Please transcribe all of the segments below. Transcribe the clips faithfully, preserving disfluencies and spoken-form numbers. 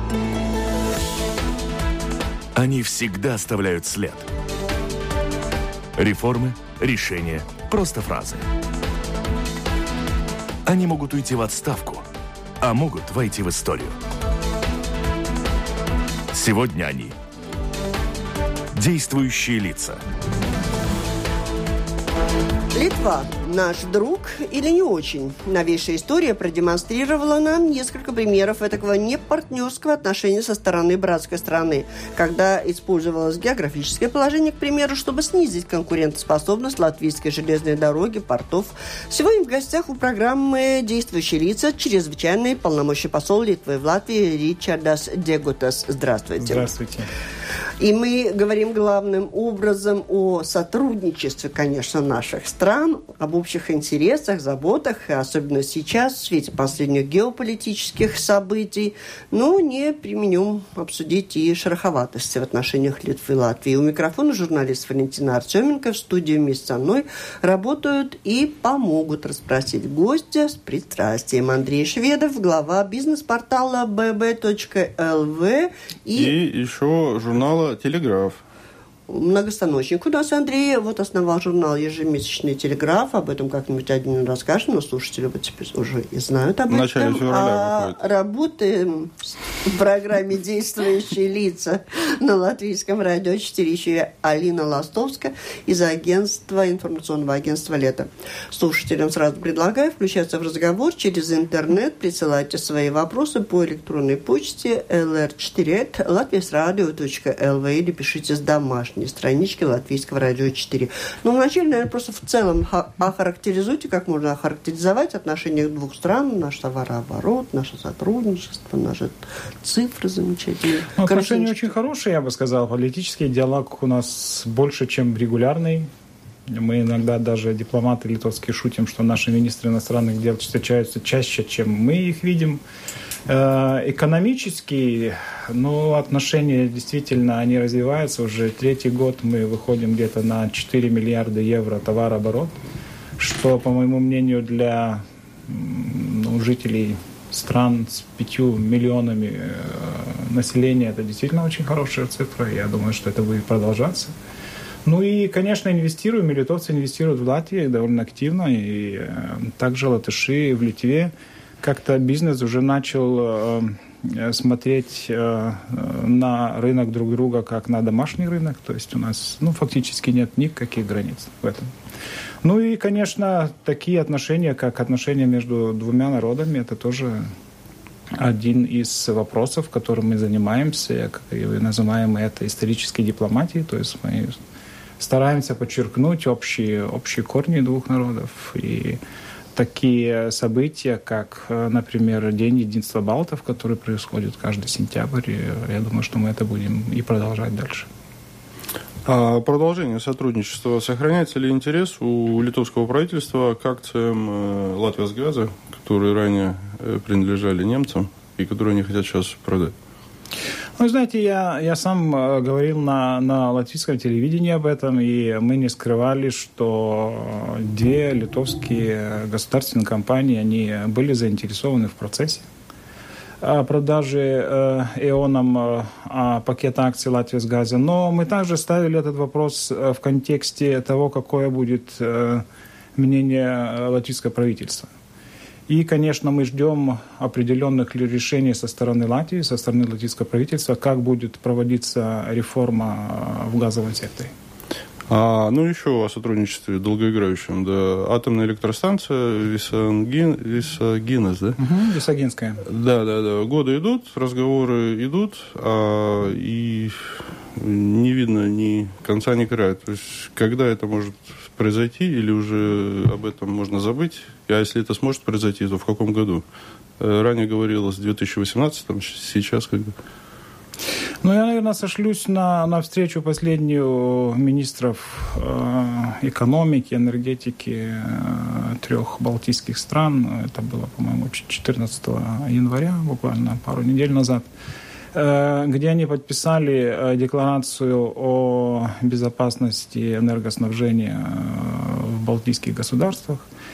Они всегда оставляют след. Реформы, решения, просто фразы. Они могут уйти в отставку, а могут войти в историю. Сегодня они – действующие лица. Литва – наш друг или не очень? Новейшая история продемонстрировала нам несколько примеров этого непартнерского отношения со стороны братской страны, когда использовалось географическое положение, к примеру, чтобы снизить конкурентоспособность латвийской железной дороги, портов. Сегодня в гостях у программы «Действующие лица» чрезвычайный полномочный посол Литвы в Латвии Ричардас Дегутас. Здравствуйте. Здравствуйте. И мы говорим главным образом о сотрудничестве, конечно, наших стран, об общих интересах, заботах, и особенно сейчас, в свете последних геополитических событий, но не применем обсудить и шероховатости в отношениях Литвы и Латвии. У микрофона журналист Валентина Артеменко. В студии вместе со мной работают и помогут расспросить гостя с пристрастием. Андрей Шведов, глава бизнес-портала би би точка эл ви и... И еще журнала «Телеграф». Многостаночник у нас, Андрей, вот основал журнал «Ежемесячный Телеграф». Об этом как-нибудь один расскажем, но слушатели вот теперь уже и знают об этом. В начале февраля а выходит. Работаем в программе «Действующие лица» на Латвийском радио четыре. Еще и Алина Ластовская из агентства, информационного агентства «Лето». Слушателям сразу предлагаю включаться в разговор через интернет. Присылайте свои вопросы по электронной почте эл эр четыре эт латвийсрадио точка эл ви или пишите с домашней странички Латвийского радио четыре. Ну, вначале, наверное, просто в целом охарактеризуйте, как можно охарактеризовать отношения двух стран, наш товарооборот, наше сотрудничество, наши цифры замечательные. Ну, отношения очень хорошие, я бы сказал. Политический диалог у нас больше, чем регулярный. Мы иногда даже, дипломаты литовские, шутим, что наши министры иностранных дел встречаются чаще, чем мы их видим. Экономически, ну, отношения действительно, они развиваются. Уже третий год мы выходим где-то на четыре миллиарда евро товарооборот, что, по моему мнению, для ну, жителей стран с пятью миллионами населения это действительно очень хорошая цифра. Я думаю, что это будет продолжаться. Ну и, конечно, инвестируем, и литовцы инвестируют в Латвии довольно активно, и также латыши в Литве. Как-то бизнес уже начал э, смотреть э, на рынок друг друга как на домашний рынок. То есть у нас ну, фактически нет никаких границ в этом. Ну и, конечно, такие отношения, как отношения между двумя народами, это тоже один из вопросов, которым мы занимаемся, и называем это исторической дипломатией. То есть мы стараемся подчеркнуть общие, общие корни двух народов. И такие события, как, например, День единства балтов, который происходит каждый сентябрь, я думаю, что мы это будем и продолжать дальше. А продолжение сотрудничества. Сохраняется ли интерес у литовского правительства к акциям Латвийсгаза, которые ранее принадлежали немцам и которые они хотят сейчас продать? Ну, знаете, я, я сам говорил на, на латвийском телевидении об этом, и мы не скрывали, что две литовские государственные компании, они были заинтересованы в процессе продажи ЭОНом пакета акций Латвийсгаза. Но мы также ставили этот вопрос в контексте того, какое будет мнение латвийского правительства. И, конечно, мы ждем определенных решений со стороны Латвии, со стороны латвийского правительства, как будет проводиться реформа в газовом секторе. А, ну, еще о сотрудничестве долгоиграющем. Да, атомная электростанция Висагин, Висагинес, да? Угу, Висагинская. Да, да, да. Годы идут, разговоры идут, а, и не видно ни конца, ни края. То есть, когда это может произойти, или уже об этом можно забыть? А если это сможет произойти, то в каком году? Ранее говорилось в две тысячи восемнадцатом, сейчас когда? Ну, я, наверное, сошлюсь на, на встречу последнюю министров э, экономики, энергетики э, трех балтийских стран. Это было, по-моему, четырнадцатого января, буквально пару недель назад, э, где они подписали э, декларацию о безопасности энергоснабжения э, в балтийских государствах.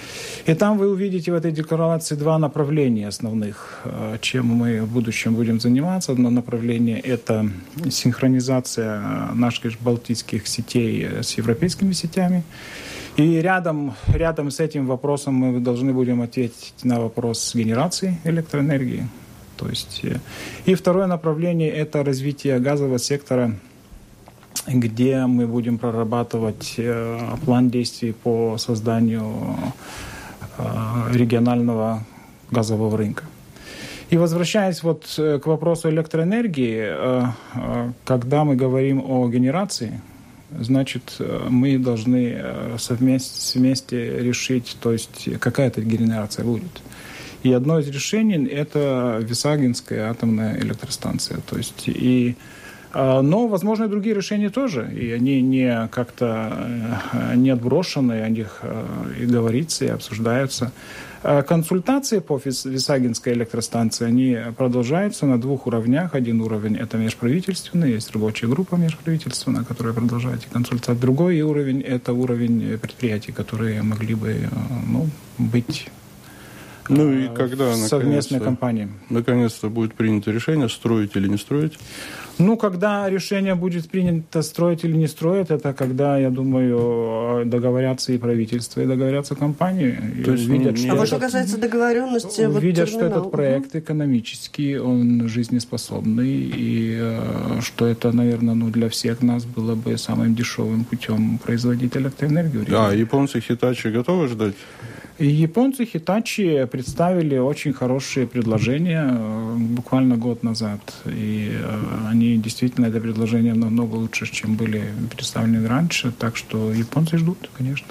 И там вы увидите в этой декларации два направления основных, чем мы в будущем будем заниматься. Одно направление – это синхронизация наших балтийских сетей с европейскими сетями. И рядом, рядом с этим вопросом мы должны будем ответить на вопрос генерации электроэнергии. То есть, и второе направление – это развитие газового сектора, где мы будем прорабатывать план действий по созданию регионального газового рынка. И возвращаясь вот к вопросу электроэнергии, когда мы говорим о генерации, значит, мы должны совместе, вместе решить, то есть какая эта генерация будет. И одно из решений – это Висагинская атомная электростанция. То есть и но, возможно, и другие решения тоже, и они не как-то не отброшены, о них и говорится, и обсуждаются. Консультации по Висагинской электростанции, они продолжаются на двух уровнях. Один уровень – это межправительственный, есть рабочая группа межправительственная, которая продолжает эти консультации. Другой уровень – это уровень предприятий, которые могли бы, ну, быть ну, и когда, совместной компанией. Наконец-то будет принято решение, строить или не строить? Ну, когда решение будет принято, строить или не строить, это когда, я думаю, договорятся и правительство, и договорятся компании. То есть увидят, не... что а вот этот, что касается договоренности... Увидят, вот что этот проект экономический, он жизнеспособный, и э, что это, наверное, ну, для всех нас было бы самым дешевым путем производить электроэнергию. А, японцы Hitachi готовы ждать? И японцы Hitachi представили очень хорошие предложения буквально год назад. И они действительно, это предложение намного лучше, чем были представлены раньше. Так что японцы ждут, конечно.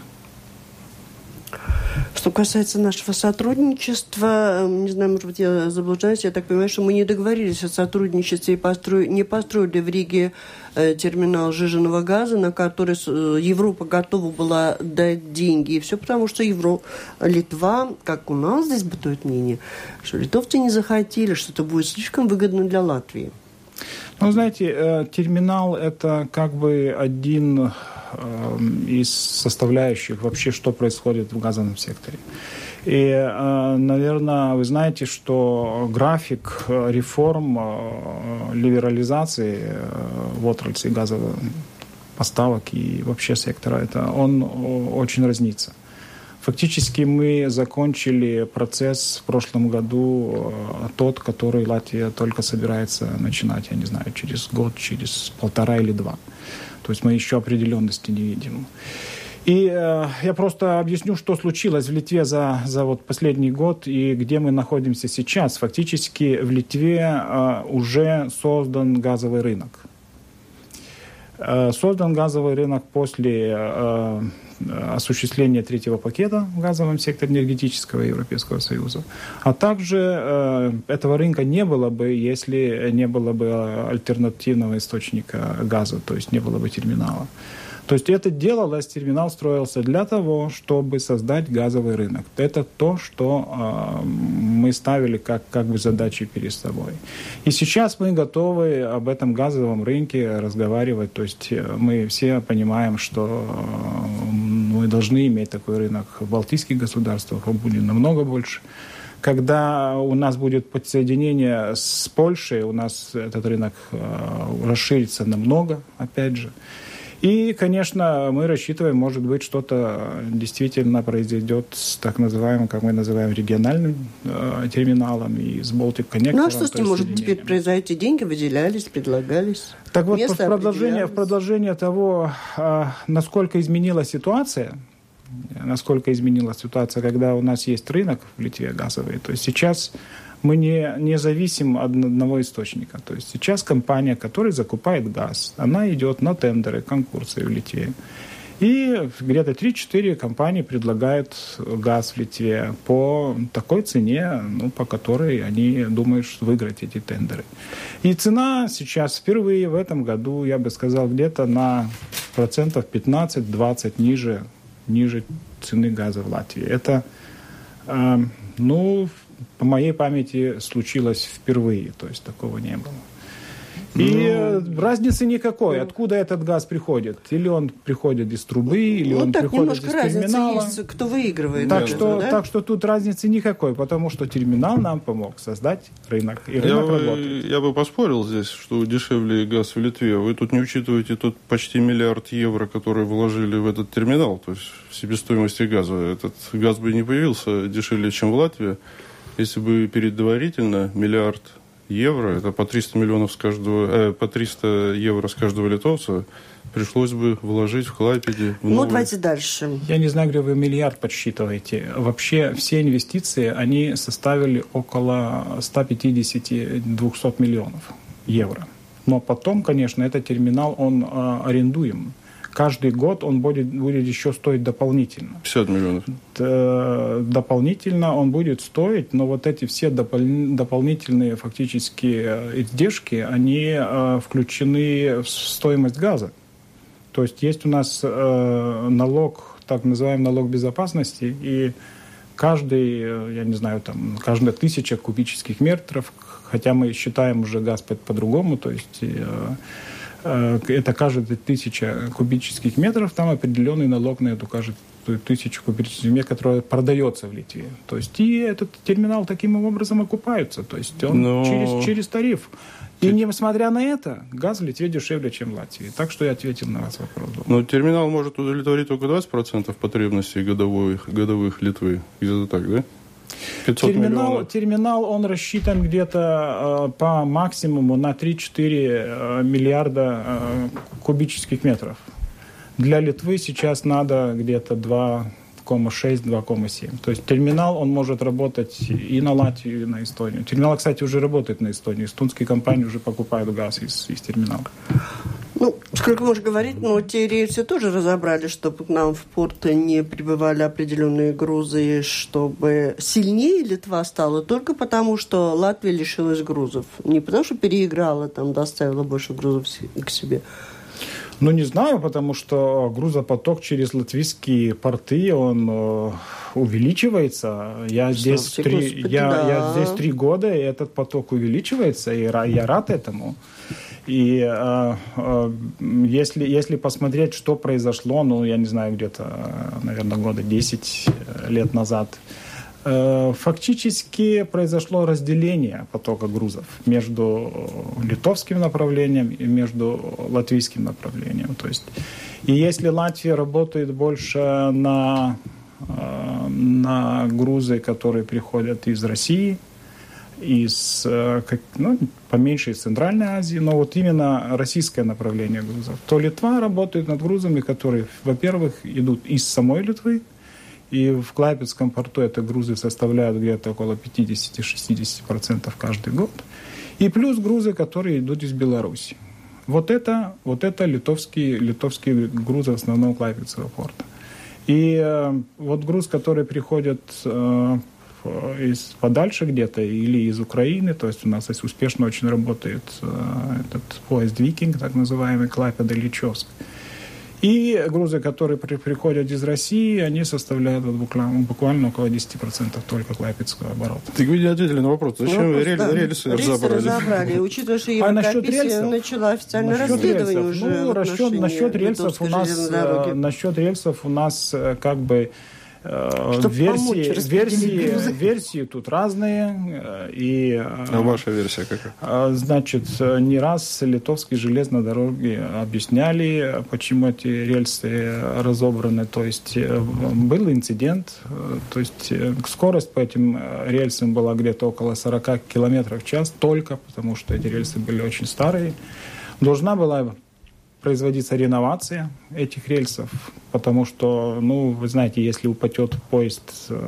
Что касается нашего сотрудничества, не знаю, может быть, я заблуждаюсь, я так понимаю, что мы не договорились о сотрудничестве и постро... не построили в Риге э, терминал сжиженного газа, на который Европа готова была дать деньги. И все потому, что Евро... Литва, как у нас здесь бытует мнение, что литовцы не захотели, что это будет слишком выгодно для Латвии. Ну, знаете, э, терминал – это как бы один из составляющих вообще, что происходит в газовом секторе. И, наверное, вы знаете, что график реформ, либерализации в отрасли газовых поставок и вообще сектора, это он очень разнится. Фактически мы закончили процесс в прошлом году, тот, который Латвия только собирается начинать, я не знаю, через год, через полтора или два. То есть мы еще определенности не видим. И э, я просто объясню, что случилось в Литве за, за вот последний год и где мы находимся сейчас. Фактически в Литве э, уже создан газовый рынок. Э, создан газовый рынок после э, осуществления третьего пакета в газовом секторе энергетического Европейского Союза. А также э, этого рынка не было бы, если не было бы альтернативного источника газа, то есть не было бы терминала. То есть это делалось, терминал строился для того, чтобы создать газовый рынок. Это то, что э, мы ставили как, как бы задачи перед собой. И сейчас мы готовы об этом газовом рынке разговаривать. То есть мы все понимаем, что э, мы должны иметь такой рынок в балтийских государствах, он будет намного больше. Когда у нас будет подсоединение с Польшей, у нас этот рынок э, расширится намного, опять же. И, конечно, мы рассчитываем, может быть, что-то действительно произойдет с так называемым, как мы называем, региональным э, терминалом и с Baltic Connector. Ну а что с ним может теперь произойти? Деньги выделялись, предлагались. Так вот, в продолжение, в продолжение того, э, насколько изменилась ситуация, насколько изменилась ситуация, когда у нас есть рынок в Литве газовый, то есть сейчас мы не, не зависим от одного источника. То есть сейчас компания, которая закупает газ, она идет на тендеры, конкурсы в Литве. И где-то три-четыре компании предлагают газ в Литве по такой цене, ну, по которой они думают выиграть эти тендеры. И цена сейчас впервые в этом году, я бы сказал, где-то на процентов пятнадцать-двадцать ниже, ниже цены газа в Латвии. Это, э, ну, по моей памяти случилось впервые, то есть такого не было. И ну, разницы никакой, ну, откуда этот газ приходит. Или он приходит из трубы, или ну, он так, приходит из терминала. Есть, кто выигрывает. Так, это, что, да? так что тут разницы никакой, потому что терминал нам помог создать рынок. И рынок я, работает. Я бы поспорил здесь, что дешевле газ в Литве. Вы тут не учитываете тот почти миллиард евро, который вложили в этот терминал, то есть в себестоимости газа. Этот газ бы не появился дешевле, чем в Латвии, если бы предварительно миллиард евро, это по триста миллионов с каждого, э, по триста евро с каждого литовца, пришлось бы вложить в Клайпеде. В ну, новый... давайте дальше. Я не знаю, где вы миллиард подсчитываете. Вообще все инвестиции, они составили около сто пятьдесят - двести миллионов евро. Но потом, конечно, этот терминал, он э, арендуем. Каждый год он будет, будет еще стоить дополнительно. пятьдесят миллионов. Д- дополнительно он будет стоить, но вот эти все допол- дополнительные фактически издержки, они э, включены в стоимость газа. То есть есть у нас э, налог, так называемый налог безопасности, и каждый, я не знаю, там, каждая тысяча кубических метров, хотя мы считаем уже газ по- по-другому, то есть... Э, это каждая тысяча кубических метров, там определенный налог на эту каждую тысячу кубических метров, которая продается в Литве. То есть и этот терминал таким образом окупается. То есть он Но... через, через тариф. И несмотря на это, газ в Литве дешевле, чем в Латвии. Так что я ответил на вас вопрос. Но терминал может удовлетворить только двадцать процентов потребностей годовых, годовых Литвы. Где-то так, да? Терминал, терминал, он рассчитан где-то э, по максимуму на три-четыре э, миллиарда э, кубических метров. Для Литвы сейчас надо где-то два целых шесть - два целых семь. То есть терминал, он может работать и на Латвию, и на Эстонию. Терминал, кстати, уже работает на Эстонию. Эстонские компании уже покупают газ из, из терминала. Ну, сколько можно говорить, но те рейсы тоже разобрали, чтобы к нам в порт не прибывали определенные грузы, чтобы сильнее Литва стала только потому, что Латвия лишилась грузов. Не потому, что переиграла, там, доставила больше грузов к себе. Ну, не знаю, потому что грузопоток через латвийские порты, он э, увеличивается. Я здесь, три, Господи, я, да. я здесь три года, и этот поток увеличивается, и я рад этому. И э, э, если, если посмотреть, что произошло, ну, я не знаю, где-то, наверное, года десять лет назад, э, фактически произошло разделение потока грузов между литовским направлением и между латвийским направлением. То есть, и если Латвия работает больше на, э, на грузы, которые приходят из России, из, ну, поменьше из Центральной Азии, но вот именно российское направление грузов, то Литва работает над грузами, которые, во-первых, идут из самой Литвы, и в Клайпедском порту это грузы составляют где-то около пятьдесят-шестьдесят процентов каждый год, и плюс грузы, которые идут из Беларуси. Вот это, вот это литовские, литовские грузы основного Клайпедского порта. И э, вот груз, который приходит э, из подальше где-то или из Украины, то есть у нас здесь успешно очень работает э, этот поезд «Викинг», так называемый, Клайпеда-Ильичевск. И грузы, которые при, приходят из России, они составляют вот буквально, буквально около десять процентов только клайпедского оборота. Так вы не ответили на вопрос, зачем ну, рель, да, рельсы, рельсы разобрали? разобрали. Учитывая, что Еврокомиссия а начала официальное насчет расследование рельсов, уже ну, расчет, насчет рельсов у нас, насчет рельсов у нас как бы версии, версии, версии тут разные. И, а ваша версия какая? Значит, не раз литовские железные дороги объясняли, почему эти рельсы разобраны. То есть был инцидент, то есть скорость по этим рельсам была где-то около сорок километров в час только, потому что эти рельсы были очень старые. Должна была производиться реновация этих рельсов, потому что, ну, вы знаете, если упадет поезд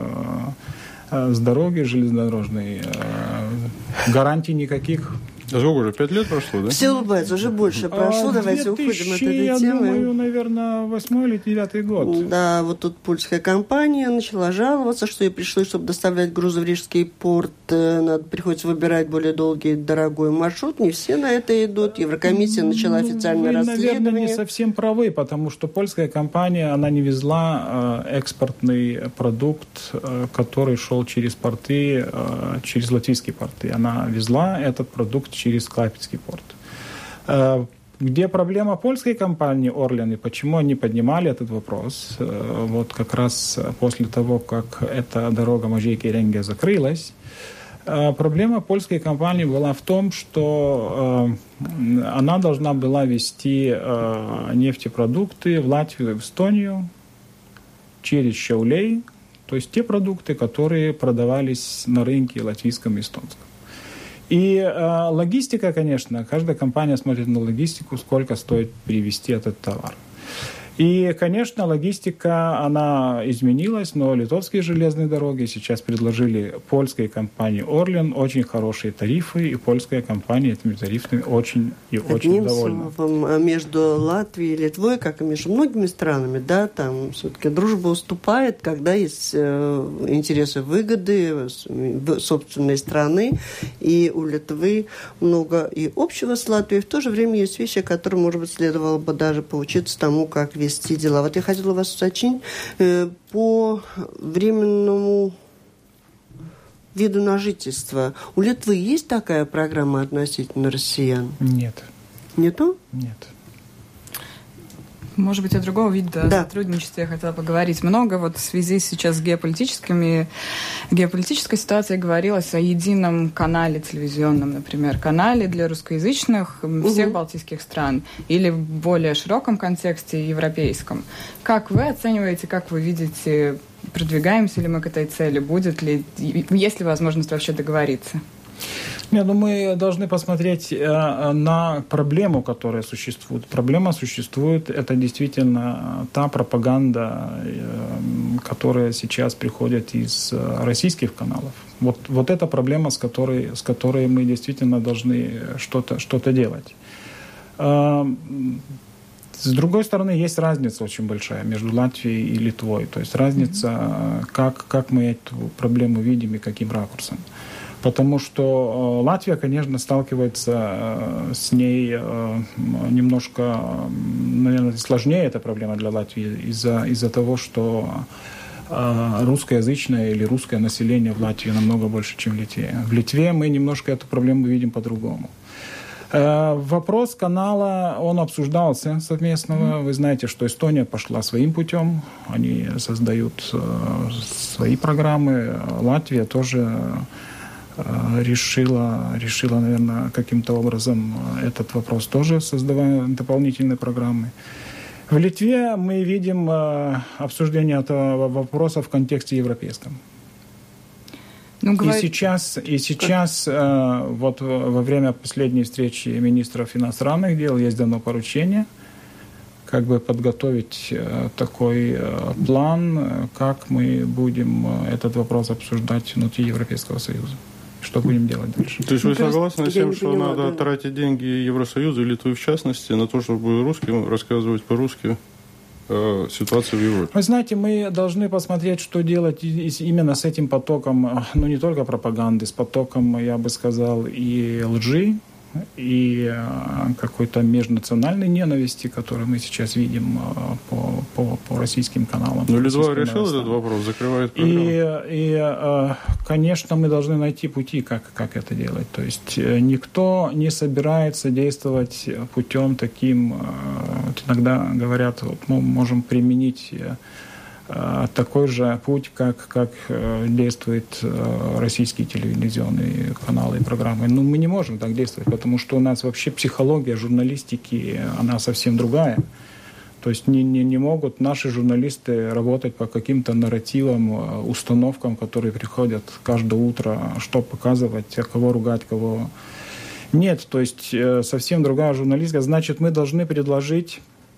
э, с дороги железнодорожной, э, гарантий никаких. А сколько уже? Пять лет прошло, да? Все улыбаются, уже больше прошло. А, Давайте уходим от этой я темы. Я думаю, наверное, восьмой или девятый год. Да, вот тут польская компания начала жаловаться, что ей пришлось, чтобы доставлять грузы в Рижский порт, надо, приходится выбирать более долгий, дорогой маршрут. Не все на это идут. Еврокомиссия начала официальное Вы, расследование. наверное, не совсем правы, потому что польская компания, она не везла э, экспортный продукт, э, который шел через порты, э, через латвийские порты. Она везла этот продукт через Клайпедский порт. Где проблема польской компании «Орлен» и почему они поднимали этот вопрос? Вот как раз после того, как эта дорога Mažeikiai-Rengė закрылась, проблема польской компании была в том, что она должна была везти нефтепродукты в Латвию и в Эстонию через Šiauliai, то есть те продукты, которые продавались на рынке латвийском и эстонском. И э, логистика, конечно, каждая компания смотрит на логистику, сколько стоит перевезти этот товар. И, конечно, логистика, она изменилась, но литовские железные дороги сейчас предложили польской компании «Орлен» очень хорошие тарифы, и польская компания этими тарифами очень и Одним очень довольна. Словом, между Латвией и Литвой, как и между многими странами, да, там все-таки дружба уступает, когда есть э, интересы выгоды собственной страны, и у Литвы много и общего с Латвией. В то же время есть вещи, которые, может быть, следовало бы даже поучиться тому, как вести дела. Вот я хотела вас уточнить э, по временному виду на жительство. У Литвы есть такая программа относительно россиян? Нет. Нету? Нет. Может быть, о другого вида да. сотрудничества я хотела поговорить. Много вот в связи сейчас с геополитическими, геополитической ситуацией говорилось о едином канале телевизионном, например, канале для русскоязычных всех угу. балтийских стран или в более широком контексте европейском. Как вы оцениваете, как вы видите, продвигаемся ли мы к этой цели, будет ли, есть ли возможность вообще договориться? Нет, ну мы должны посмотреть э, на проблему, которая существует. Проблема существует, это действительно та пропаганда, э, которая сейчас приходит из э, российских каналов. Вот, вот эта проблема, с которой, с которой мы действительно должны что-то, что-то делать. Э, с другой стороны, есть разница очень большая между Латвией и Литвой. То есть разница, mm-hmm. как, как мы эту проблему видим и каким ракурсом. Потому что э, Латвия, конечно, сталкивается э, с ней э, немножко, наверное, сложнее эта проблема для Латвии из-за, из-за того, что э, русскоязычное или русское население в Латвии намного больше, чем в Литве. В Литве мы немножко эту проблему видим по-другому. Э, вопрос канала, он обсуждался совместного. Вы знаете, что Эстония пошла своим путем. Они создают э, свои программы. Латвия тоже решила, решила, наверное, каким-то образом этот вопрос тоже, создавая дополнительные программы. В Литве мы видим обсуждение этого вопроса в контексте европейском. Ну, говор... И сейчас, и сейчас вот во время последней встречи министров иностранных дел есть дано поручение как бы подготовить такой план, как мы будем этот вопрос обсуждать внутри Европейского Союза. Что будем делать дальше? То есть вы согласны с тем, что поняла, надо да. тратить деньги Евросоюза и Литвы в частности на то, чтобы русским рассказывать по-русски э, ситуацию в Европе? Вы знаете, мы должны посмотреть, что делать именно с этим потоком, ну не только пропаганды, с потоком, я бы сказал, и лжи, и какой-то межнациональной ненависти, которую мы сейчас видим по, по, по российским каналам. Но Литва решила этот вопрос, закрывает программу. И, и, конечно, мы должны найти пути, как, как это делать. То есть никто не собирается действовать путем таким, иногда говорят, вот мы можем применить такой же путь, как, как действуют российские телевизионные каналы и программы. Но мы не можем так действовать, потому что у нас вообще психология журналистики, она совсем другая. То есть не, не, не могут наши журналисты работать по каким-то нарративам, установкам, которые приходят каждое утро, что показывать, кого ругать, кого... Нет, то есть совсем другая журналистика. Значит, мы должны предложить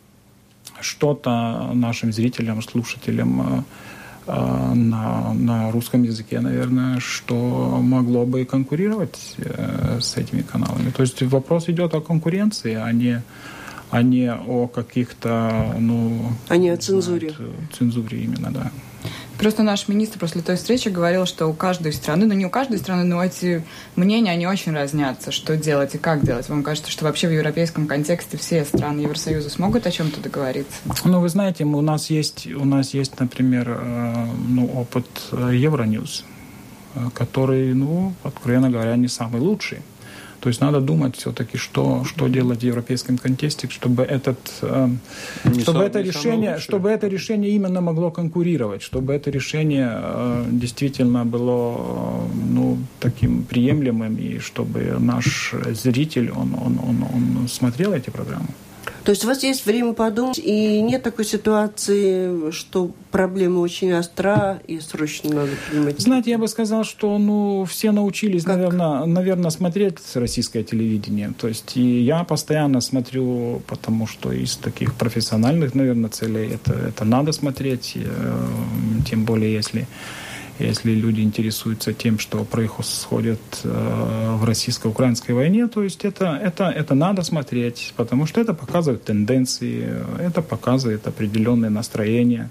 что-то нашим зрителям, слушателям э, на, на русском языке, наверное, что могло бы конкурировать э, с этими каналами. То есть вопрос идет о конкуренции, а не, а не о каких-то, ну... А не о цензуре. Знают, цензуре именно, да. Просто наш министр после той встречи говорил, что у каждой страны, ну не у каждой страны, но эти мнения, они очень разнятся, что делать и как делать. Вам кажется, что вообще в европейском контексте все страны Евросоюза смогут о чем-то договориться? Ну, вы знаете, у нас есть, у нас есть, например, ну, опыт Евроньюз, который, ну, откровенно говоря, не самый лучший. То есть надо думать все-таки, что, что делать в европейском контексте, чтобы, этот, э, чтобы, это решение, чтобы это решение именно могло конкурировать, чтобы это решение э, действительно было ну, таким приемлемым, и чтобы наш зритель он, он, он, он смотрел эти программы. То есть у вас есть время подумать, и нет такой ситуации, что проблема очень остра, и срочно надо принимать? Знаете, я бы сказал, что ну, все научились, наверное, наверное, смотреть российское телевидение. То есть и я постоянно смотрю, потому что из таких профессиональных, наверное, целей это, это надо смотреть, тем более если... Если люди интересуются тем, что происходит э, в российско-украинской войне, то есть это, это, это надо смотреть, потому что это показывает тенденции, это показывает определенные настроения.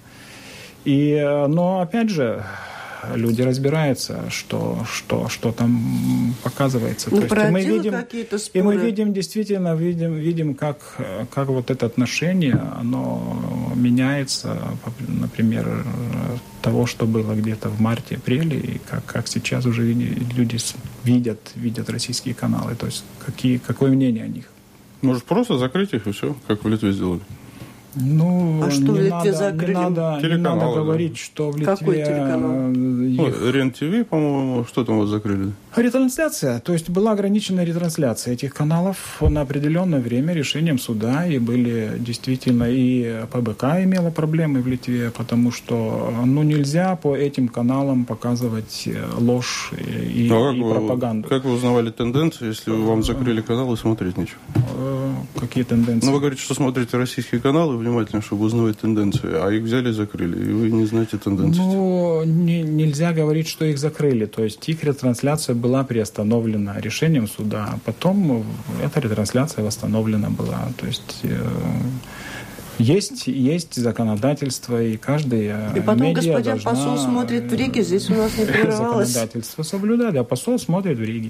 И, но, опять же, люди разбираются, что, что, что там показывается. Ну, то есть мы видим, какие-то споры. И мы видим, действительно, видим, видим как, как вот это отношение, оно меняется, например, того, что было где-то в марте-апреле, и как, как сейчас уже люди видят, видят российские каналы. То есть какие, какое мнение о них. Может, просто закрыть их и все, как в Литве сделали? Ну, а что не в Литве надо, закрыли? Не надо, не надо говорить, да. Что в Литве... Какой телеканал? Их... Ну, РЕН-ТВ, по-моему, что там вот закрыли? Ретрансляция. То есть была ограниченная ретрансляция этих каналов на определенное время решением суда. И были действительно... И ПБК имела проблемы в Литве, потому что ну, нельзя по этим каналам показывать ложь и, ну, и как пропаганду. Вы, как вы узнавали тенденции, если вам закрыли канал и смотреть нечего? Какие тенденции? Ну, вы говорите, что смотрите российские каналы внимательно, чтобы узнавать тенденции, а их взяли и закрыли, и вы не знаете тенденции. Ну, не, нельзя говорить, что их закрыли. То есть их ретрансляция была приостановлена решением суда, а потом эта ретрансляция восстановлена была. То есть... Э, Есть, есть законодательство, и каждый И потом медиа господин должна... посол смотрит в Риге, здесь у нас не прерывалось. Законодательство соблюдать, а посол смотрит в Риге.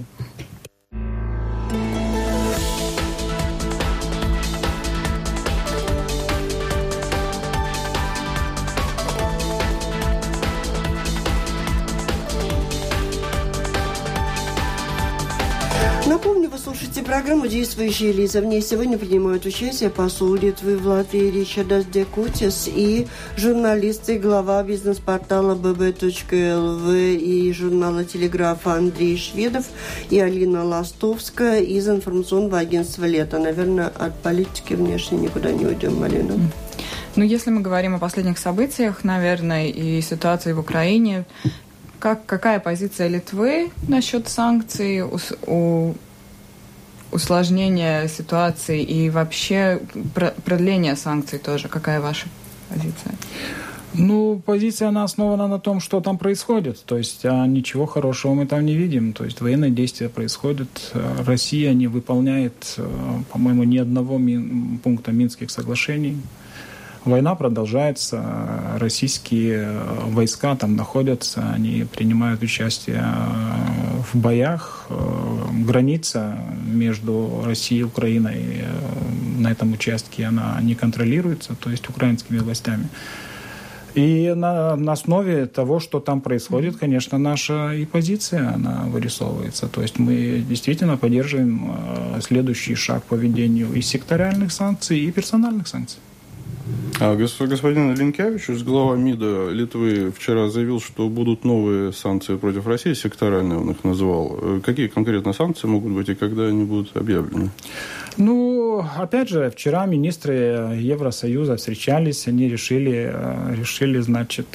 Напомню, вы слушаете программу «Действующие лица». В ней сегодня принимают участие посол Литвы в Латвии Ричардас Декутис и журналист и глава бизнес-портала би би точка эл ви и журнала «Телеграф» Андрей Шведов и Алина Ластовская из информационного агентства «Лето». Наверное, от политики внешне никуда не уйдем, Алина. Ну, если мы говорим о последних событиях, наверное, и ситуации в Украине, как, какая позиция Литвы насчет санкций, у, у, усложнения ситуации и вообще продления санкций тоже? Какая ваша позиция? Ну, позиция, она основана на том, что там происходит. То есть а ничего хорошего мы там не видим. То есть военные действия происходят. Россия не выполняет, по-моему, ни одного мин- пункта Минских соглашений. Война продолжается, российские войска там находятся, они принимают участие в боях. Граница между Россией и Украиной на этом участке, она не контролируется, то есть украинскими властями. И на, на основе того, что там происходит, конечно, наша и позиция, она вырисовывается. То есть мы действительно поддерживаем следующий шаг по введению и секториальных санкций, и персональных санкций. А господин Линкевичус, глава МИДа Литвы, вчера заявил, что будут новые санкции против России, секторальные он их назвал. Какие конкретно санкции могут быть и когда они будут объявлены? Ну, опять же, вчера министры Евросоюза встречались, они решили, решили, значит,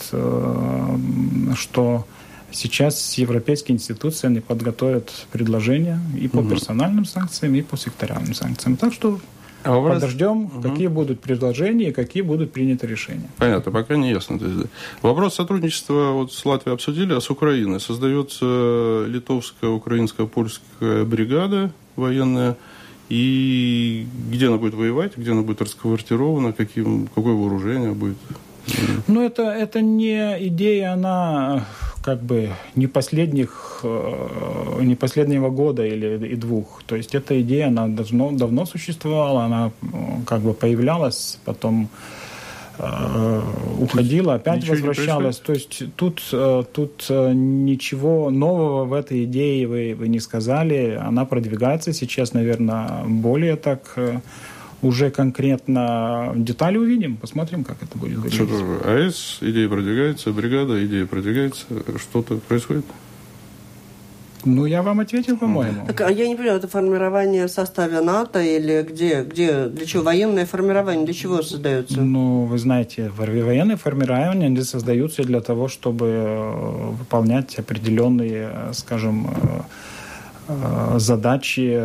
что сейчас европейские институции они подготовят предложения и по угу. персональным санкциям, и по секториальным санкциям. Так что А вопрос... Подождем, угу. какие будут предложения и какие будут приняты решения. Понятно, пока не ясно. Вопрос сотрудничества вот с Латвией обсудили, а с Украиной создается литовская, украинская, польская бригада военная. И где она будет воевать, где она будет расквартирована, каким, какое вооружение будет? Ну, это, это не идея, она как бы не последних, не последнего года или и двух. То есть эта идея, она давно, давно существовала, она как бы появлялась, потом уходила, опять ничего возвращалась. То есть тут, тут ничего нового в этой идее вы, вы не сказали. Она продвигается сейчас, наверное, более так уже конкретно. Детали увидим, посмотрим, как это будет выглядеть. Что-то АЭС, идея продвигается, бригада, идея продвигается, что-то происходит? Ну, я вам ответил, по-моему. Так, а я не понимаю, это формирование в составе НАТО или где? Где? Для чего? Военное формирование для чего создается? Ну, вы знаете, военные формирования, они создаются для того, чтобы выполнять определенные, скажем, задачи,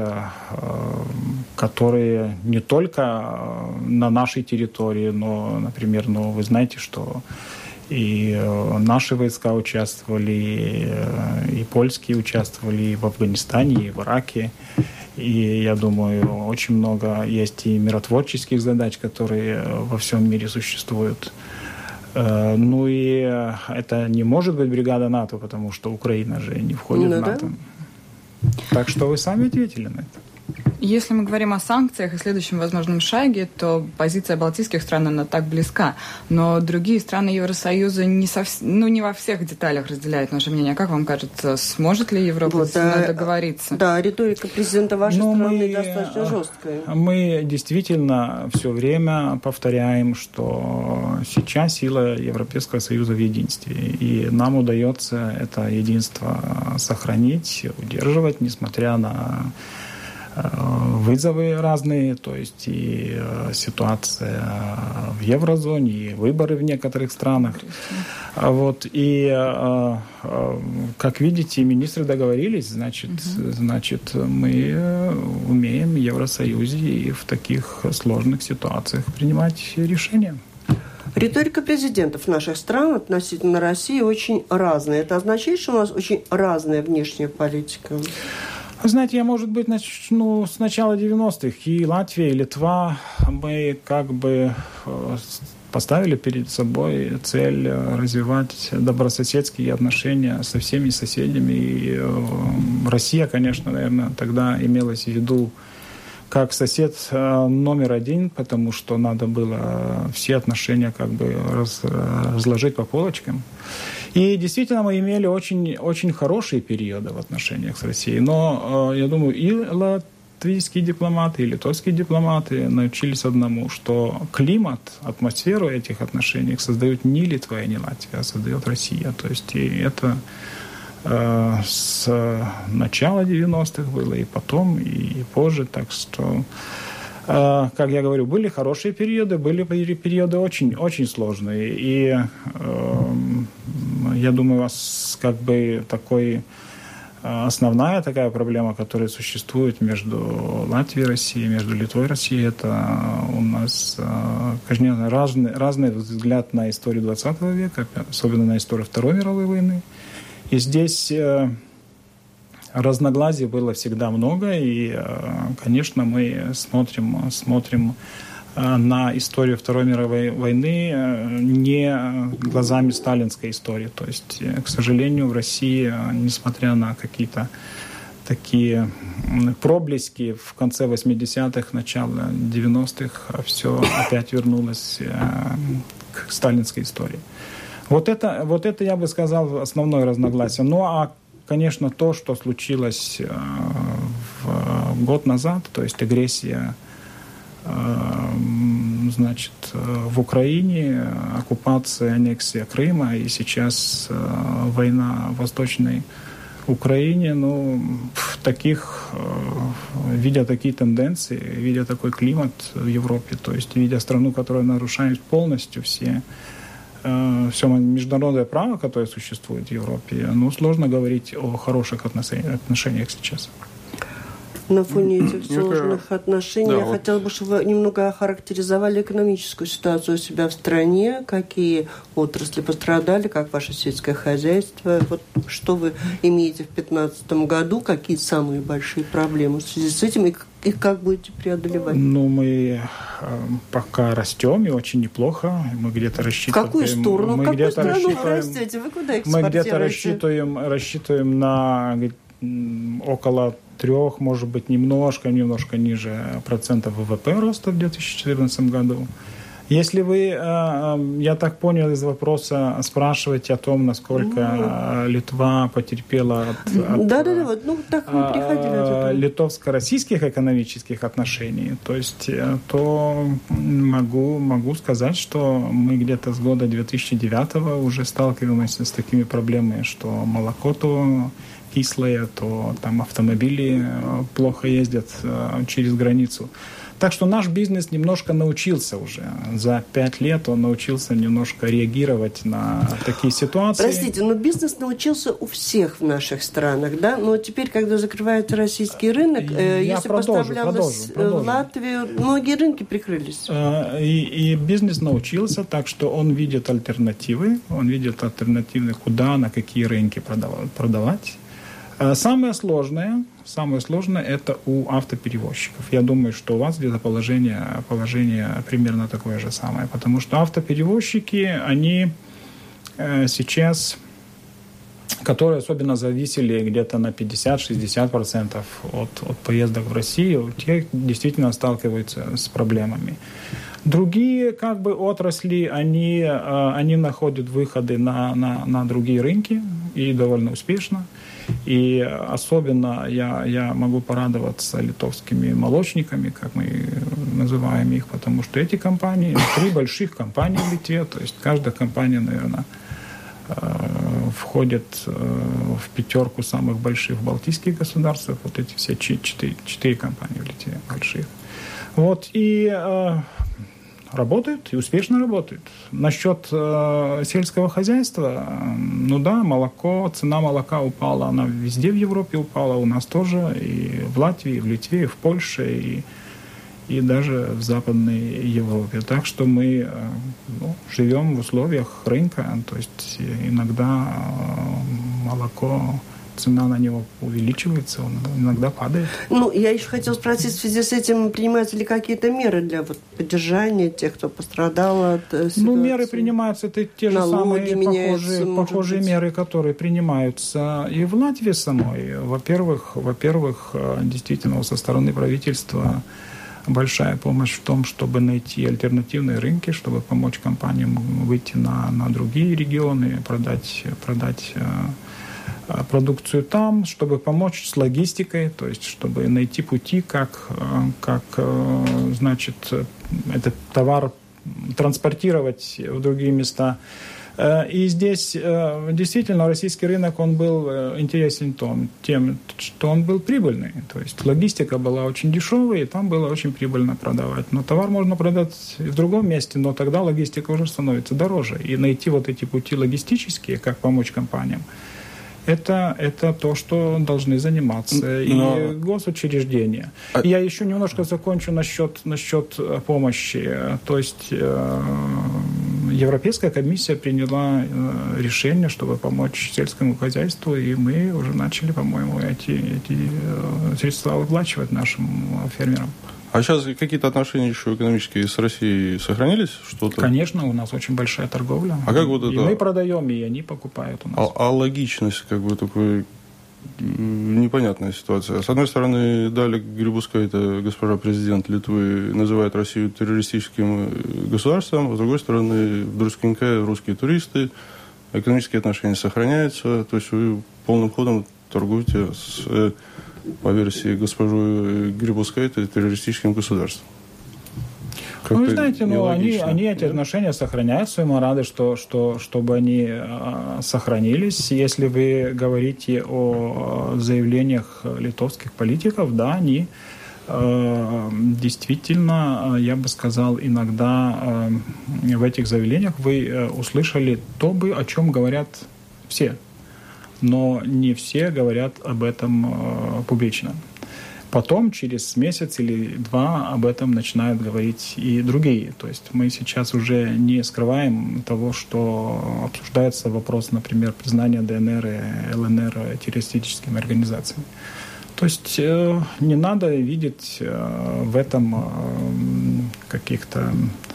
которые не только на нашей территории, но, например, ну, вы знаете, что и наши войска участвовали, и польские участвовали и в Афганистане, и в Ираке. И я думаю, очень много есть и миротворческих задач, которые во всем мире существуют. Ну и это не может быть бригада НАТО, потому что Украина же не входит ну, в НАТО. Да? Так что вы сами ответили на это. Если мы говорим о санкциях и следующем возможном шаге, то позиция балтийских стран, она так близка. Но другие страны Евросоюза не, совс... ну, не во всех деталях разделяют наше мнение. Как вам кажется, сможет ли Европа вот, а, договориться? Да, риторика президента вашей Но страны мы, достаточно жесткая. Мы действительно все время повторяем, что сейчас сила Европейского Союза в единстве. И нам удается это единство сохранить, удерживать, несмотря на вызовы разные, то есть и ситуация в еврозоне, и выборы в некоторых странах. Вот, и, как видите, министры договорились, значит, угу. значит, мы умеем в Евросоюзе и в таких сложных ситуациях принимать решения. Риторика президентов наших стран относительно России очень разная. Это означает, что у нас очень разная внешняя политика? Знаете, я, может быть, начну с начала девяностых. И Латвия, и Литва, мы как бы поставили перед собой цель развивать добрососедские отношения со всеми соседями. И Россия, конечно, наверное, тогда имелась в виду как сосед номер один, потому что надо было все отношения как бы раз, разложить по полочкам. И действительно мы имели очень, очень хорошие периоды в отношениях с Россией. Но я думаю, и латвийские дипломаты, и литовские дипломаты научились одному, что климат, атмосферу этих отношений создают не Литва и не Латвия, а создает Россия. То есть и это э, с начала девяностых было, и потом, и позже. Так что, э, как я говорю, были хорошие периоды, были периоды очень, очень сложные. И э, я думаю, у вас как бы такой основная такая проблема, которая существует между Латвией и Россией, между Литвой и Россией, это у нас, конечно, разный, разный взгляд на историю двадцатого века, особенно на историю Второй мировой войны. И здесь разногласий было всегда много, и, конечно, мы смотрим, смотрим на историю Второй мировой войны не глазами сталинской истории. То есть, к сожалению, в России, несмотря на какие-то такие проблески в конце восьмидесятых, начало девяностых, все опять вернулось к сталинской истории. Вот это, вот это, я бы сказал, основное разногласие. Ну, а, конечно, то, что случилось в год назад, то есть агрессия значит, в Украине, оккупация, аннексия Крыма и сейчас война в Восточной Украине, ну, таких, видя такие тенденции, видя такой климат в Европе, то есть видя страну, которая нарушает полностью все, все международное право, которое существует в Европе, ну, сложно говорить о хороших отношениях сейчас. На фоне этих сложных Это... отношений да, я вот. хотела бы, чтобы вы немного охарактеризовали экономическую ситуацию у себя в стране, какие отрасли пострадали, как ваше сельское хозяйство, вот что вы имеете в две тысячи пятнадцатом году, какие самые большие проблемы в связи с этим и, и как будете преодолевать? Ну, мы э, пока растем и очень неплохо, мы где-то рассчитываем... В какую сторону, мы в какую страну рассчитываем, вы растете, вы куда экспортируете? Мы где-то рассчитываем, рассчитываем на около трех, может быть, немножко, немножко ниже процентов ВВП роста в две тысячи четырнадцатом году. Если вы, я так понял из вопроса, спрашиваете о том, насколько mm. Литва потерпела от, от да, да, да, вот, ну, так мы приходили литовско-российских экономических отношений, то есть, то могу, могу сказать, что мы где-то с года две тысячи девятого уже сталкиваемся с такими проблемами, что молоко то кислое, то там автомобили плохо ездят через границу. Так что наш бизнес немножко научился уже. За пять лет он научился немножко реагировать на такие ситуации. Простите, но бизнес научился у всех в наших странах, да? Но теперь, когда закрывается российский рынок, Я если продолжу, поставлялось продолжу, продолжу. в Латвию, многие рынки прикрылись. И, и бизнес научился, так что он видит альтернативы. Он видит альтернативы, куда, на какие рынки продавать. Самое сложное, самое сложное это у автоперевозчиков. Я думаю, что у вас где-то положение, положение примерно такое же самое. Потому что автоперевозчики, они э, сейчас, которые особенно зависели где-то на пятьдесят-шестьдесят процентов от, от поездок в Россию, те действительно сталкиваются с проблемами. Другие как бы отрасли, они, э, они находят выходы на, на, на другие рынки и довольно успешно. И особенно я, я могу порадоваться литовскими молочниками, как мы называем их, потому что эти компании, три больших компании в Литве, то есть каждая компания, наверное, входит в пятерку самых больших балтийских государств, вот эти все четыре, четыре компании в Литве больших. Вот, и работают, и успешно работают. Насчет э, сельского хозяйства, ну да, молоко, цена молока упала, она везде в Европе упала, у нас тоже, и в Латвии, и в Литве, и в Польше, и, и даже в Западной Европе. Так что мы э, ну, живем в условиях рынка, то есть иногда э, молоко... цена на него увеличивается, он иногда падает. Ну, я еще хотела спросить, в связи с этим принимаются ли какие-то меры для вот, поддержания тех, кто пострадал от ситуации? Ну, меры принимаются, это те же Налоги самые похожие, похожие меры, которые принимаются и в Латвии самой. Во-первых, во-первых, действительно, со стороны правительства большая помощь в том, чтобы найти альтернативные рынки, чтобы помочь компаниям выйти на, на другие регионы, продать, продать продукцию там, чтобы помочь с логистикой, то есть чтобы найти пути, как, как значит, этот товар транспортировать в другие места. И здесь действительно российский рынок, он был интересен тем, что он был прибыльный. То есть логистика была очень дешевая, и там было очень прибыльно продавать. Но товар можно продать в другом месте, но тогда логистика уже становится дороже. И найти вот эти пути логистические, как помочь компаниям, Это, это то, что должны заниматься Но... и госучреждения. А... Я еще немножко закончу насчет, насчет помощи. То есть э, Европейская комиссия приняла э, решение, чтобы помочь сельскому хозяйству, и мы уже начали, по-моему, эти, эти э, средства выплачивать нашим фермерам. А сейчас какие-то отношения еще экономические с Россией сохранились? Что-то? Конечно, у нас очень большая торговля. А как вот это? И мы продаем, и они покупают у нас. А, а логичность, как бы, такой непонятная ситуация. С одной стороны, Даля Грибускайте, госпожа президент Литвы, называет Россию террористическим государством, а с другой стороны, в Друскинке русские туристы, экономические отношения сохраняются, то есть вы полным ходом торгуете с... по версии госпожи Грибускайте, террористическим государством. Как ну, вы знаете, ну, они, они эти отношения сохраняются, и мы рады, что, что, чтобы они э, сохранились. Если вы говорите о заявлениях литовских политиков, да, они э, действительно, я бы сказал, иногда э, в этих заявлениях вы э, услышали то, бы, о чем говорят все. Но не все говорят об этом э, публично. Потом, через месяц или два, об этом начинают говорить и другие. То есть мы сейчас уже не скрываем того, что обсуждается вопрос, например, признания ДНР и ЛНР террористическими организациями. То есть э, не надо видеть э, в этом э, каких-то,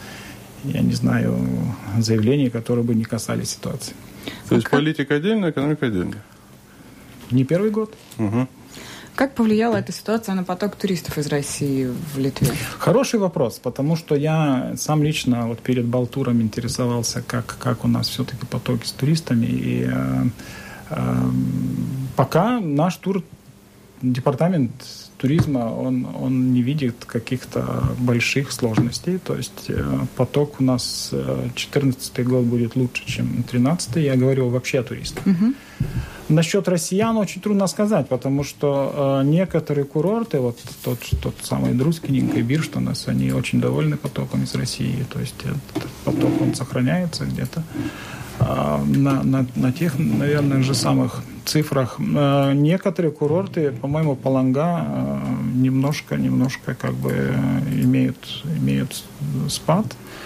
я не знаю, заявлений, которые бы не касались ситуации. То есть политика отдельно, экономика отдельно? Не первый год. Угу. Как повлияла эта ситуация на поток туристов из России в Литве? Хороший вопрос, потому что я сам лично вот перед Балтуром интересовался, как, как у нас все-таки потоки с туристами. И э, э, пока наш тур, департамент туризма, он, он не видит каких-то больших сложностей. То есть э, поток у нас две тысячи четырнадцатый год будет лучше, чем две тысячи тринадцатый. Я говорил вообще о туристах. Угу. Насчет россиян очень трудно сказать, потому что э, некоторые курорты, вот тот, тот самый Друскининг и Бирштонес, они очень довольны потоком из России. То есть этот поток, он сохраняется где-то э, на, на, на тех, наверное, же самых цифрах. Э, некоторые курорты, по-моему, Паланга э, немножко, немножко как бы имеют, имеют спад.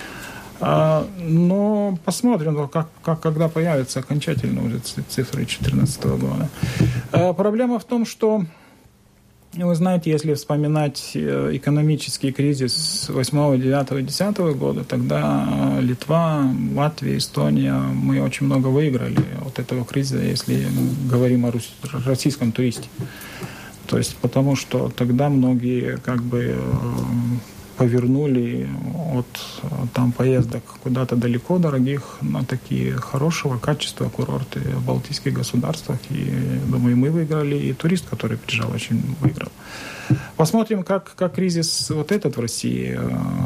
Но посмотрим, как, как, когда появятся окончательно уже цифры две тысячи четырнадцатого года. Проблема в том, что, вы знаете, если вспоминать экономический кризис восьмого, девятого, десятого года, тогда Литва, Латвия, Эстония, мы очень много выиграли от этого кризиса, если говорим о российском туристе. То есть потому что тогда многие как бы повернули от там поездок куда-то далеко дорогих на такие хорошего качества курорты в балтийских государствах. И, думаю, мы выиграли, и турист, который приезжал, очень выиграл. Посмотрим, как, как кризис вот этот в России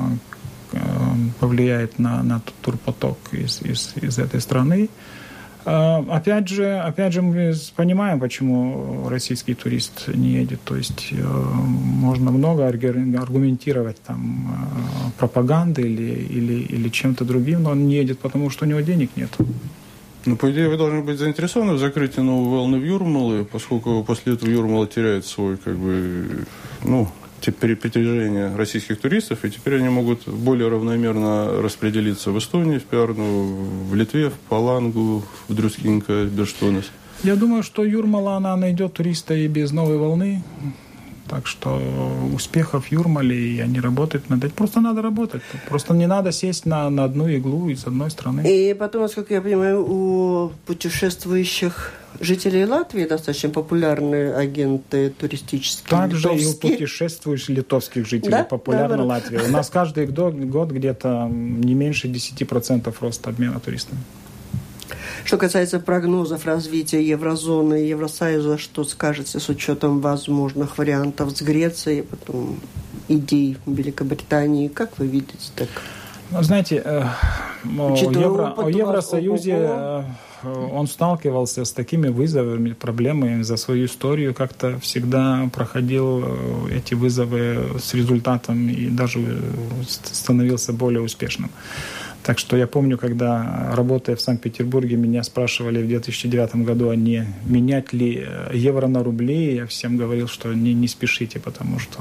повлияет на, на турпоток из, из, из этой страны. Опять же, опять же, мы понимаем, почему российский турист не едет. То есть можно много аргументировать там, пропагандой или, или, или чем-то другим, но он не едет, потому что у него денег нет. Ну, по идее, вы должны быть заинтересованы в закрытии новой волны в Юрмалы, поскольку после этого Юрмала теряет свой, как бы, ну, теперь притяжение российских туристов, и теперь они могут более равномерно распределиться в Эстонии, в Пярну, в Литве, в Палангу, в Друскининг, Бирштонес. Я думаю, что Юрмала, она найдет туриста и без новой волны. Так что успехов в Юрмале, и они работают над этим. Просто надо работать. Просто не надо сесть на, на одну иглу из одной страны. И потом, насколько я понимаю, у путешествующих жителей Латвии достаточно популярные агенты туристические. Также литовские. И у путешествующих литовских жителей да? популярна да, Латвия. У нас каждый год, год где-то не меньше десять процентов роста обмена туристами. Что касается прогнозов развития еврозоны и Евросоюза, что скажете с учетом возможных вариантов с Грецией, потом идей Великобритании, как вы видите так? Знаете, э, о, Евро, о Евросоюзе э, он сталкивался с такими вызовами, проблемами за свою историю, как-то всегда проходил эти вызовы с результатом и даже становился более успешным. Так что я помню, когда, работая в Санкт-Петербурге, меня спрашивали в две тысячи девятом году, а не менять ли евро на рубли. Я всем говорил, что не, не спешите, потому что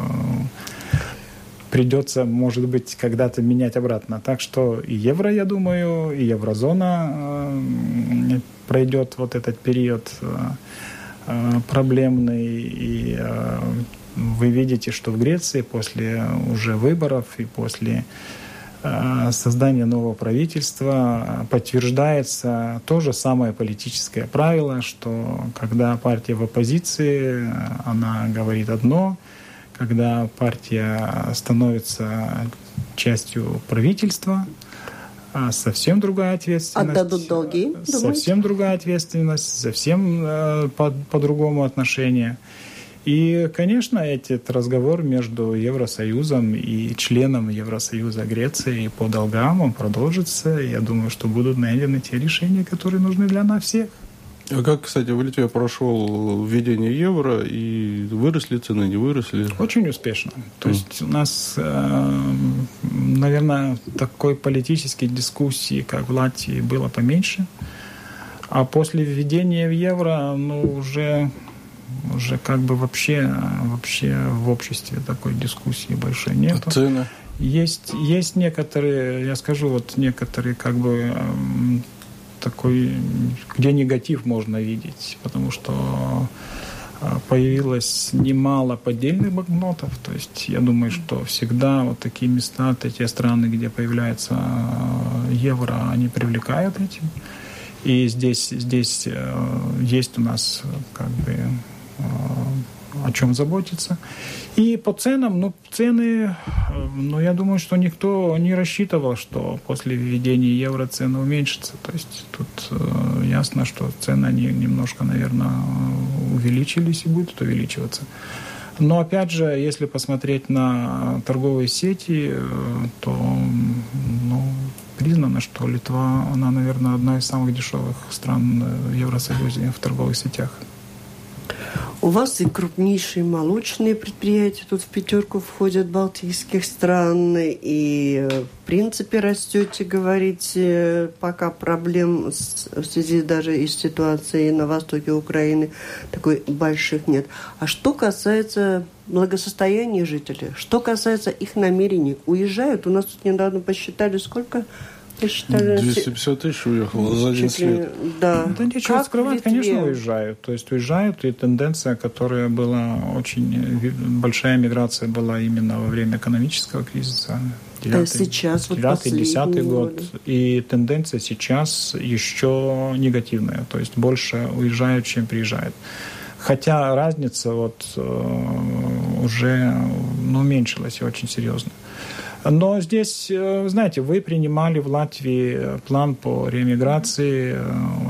придется, может быть, когда-то менять обратно. Так что и евро, я думаю, и еврозона э, пройдет вот этот период э, проблемный. И э, вы видите, что в Греции после уже выборов и после создание нового правительства подтверждается то же самое политическое правило, что когда партия в оппозиции, она говорит одно, когда партия становится частью правительства, совсем другая ответственность. Отдадут долги, совсем другая ответственность, совсем э, по- по-другому отношение. И, конечно, этот разговор между Евросоюзом и членом Евросоюза Греции по долгам, он продолжится. Я думаю, что будут найдены те решения, которые нужны для нас всех. А как, кстати, в Литве прошел введение евро, и выросли цены, не выросли? Очень успешно. То mm. есть у нас, э, наверное, такой политической дискуссии, как в Латвии, было поменьше. А после введения в евро, ну, уже... уже как бы вообще, вообще в обществе такой дискуссии большой нет. Цены? Есть, есть некоторые, я скажу, вот некоторые как бы эм, такой, где негатив можно видеть, потому что э, появилось немало поддельных банкнотов. То есть я думаю, что всегда вот такие места, те страны, где появляется э, евро, они привлекают этим. И здесь, здесь э, есть у нас как бы о чем заботиться. И по ценам, ну, цены, ну, я думаю, что никто не рассчитывал, что после введения евро цены уменьшатся. То есть тут э, ясно, что цены, они немножко, наверное, увеличились и будут увеличиваться. Но, опять же, если посмотреть на торговые сети, то, ну, признано, что Литва, она, наверное, одна из самых дешевых стран в Евросоюзе в торговых сетях. У вас и крупнейшие молочные предприятия тут в пятерку входят балтийских стран, и в принципе растете, говорите, пока проблем в связи даже и с ситуацией на востоке Украины такой больших нет. А что касается благосостояния жителей, что касается их намерений, уезжают? У нас тут недавно посчитали, сколько... Посчитали, двести пятьдесят тысяч уехало за один лет. Да. Да нечего скрывать, конечно, уезжают. То есть уезжают, и тенденция, которая была очень... Большая миграция была именно во время экономического кризиса. девятый-десятый год. И тенденция сейчас еще негативная. То есть больше уезжают, чем приезжают. Хотя разница вот уже, ну, уменьшилась очень серьезно. Но здесь, знаете, вы принимали в Латвии план по реэмиграции.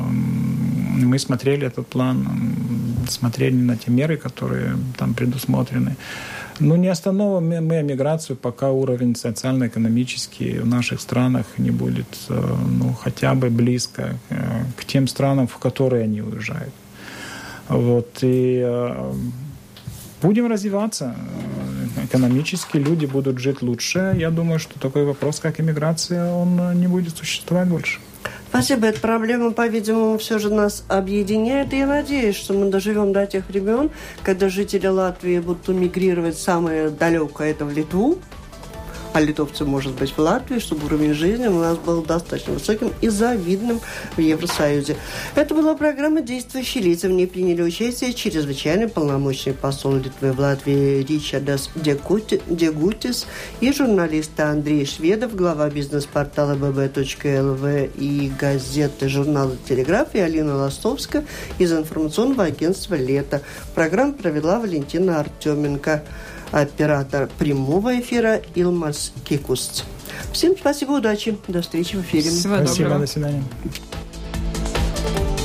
Мы смотрели этот план, смотрели на те меры, которые там предусмотрены. Но не остановим мы эмиграцию, пока уровень социально-экономический в наших странах не будет, ну, хотя бы близко к тем странам, в которые они уезжают. Вот, и будем развиваться. Экономически люди будут жить лучше. Я думаю, что такой вопрос, как иммиграция, он не будет существовать больше. Спасибо. Эта проблема, по-видимому, все же нас объединяет. И я надеюсь, что мы доживем до тех времен, когда жители Латвии будут мигрировать самое далекое, это в Литву, а литовцы, может быть, в Латвии, чтобы уровень жизни у нас был достаточно высоким и завидным в Евросоюзе. Это была программа «Действующие лица». В ней приняли участие чрезвычайный полномочный посол Литвы в Латвии Ричардас Дегутис и журналисты Андрей Шведов, глава бизнес-портала би би точка эл ви и газеты журнала «Телеграф», и Алина Ластовская из информационного агентства «Лето». Программу провела Валентина Артеменко. Оператор прямого эфира Илмас Кикуст. Всем спасибо, удачи. До встречи в эфире. Всего Спасибо, доброго. до свидания.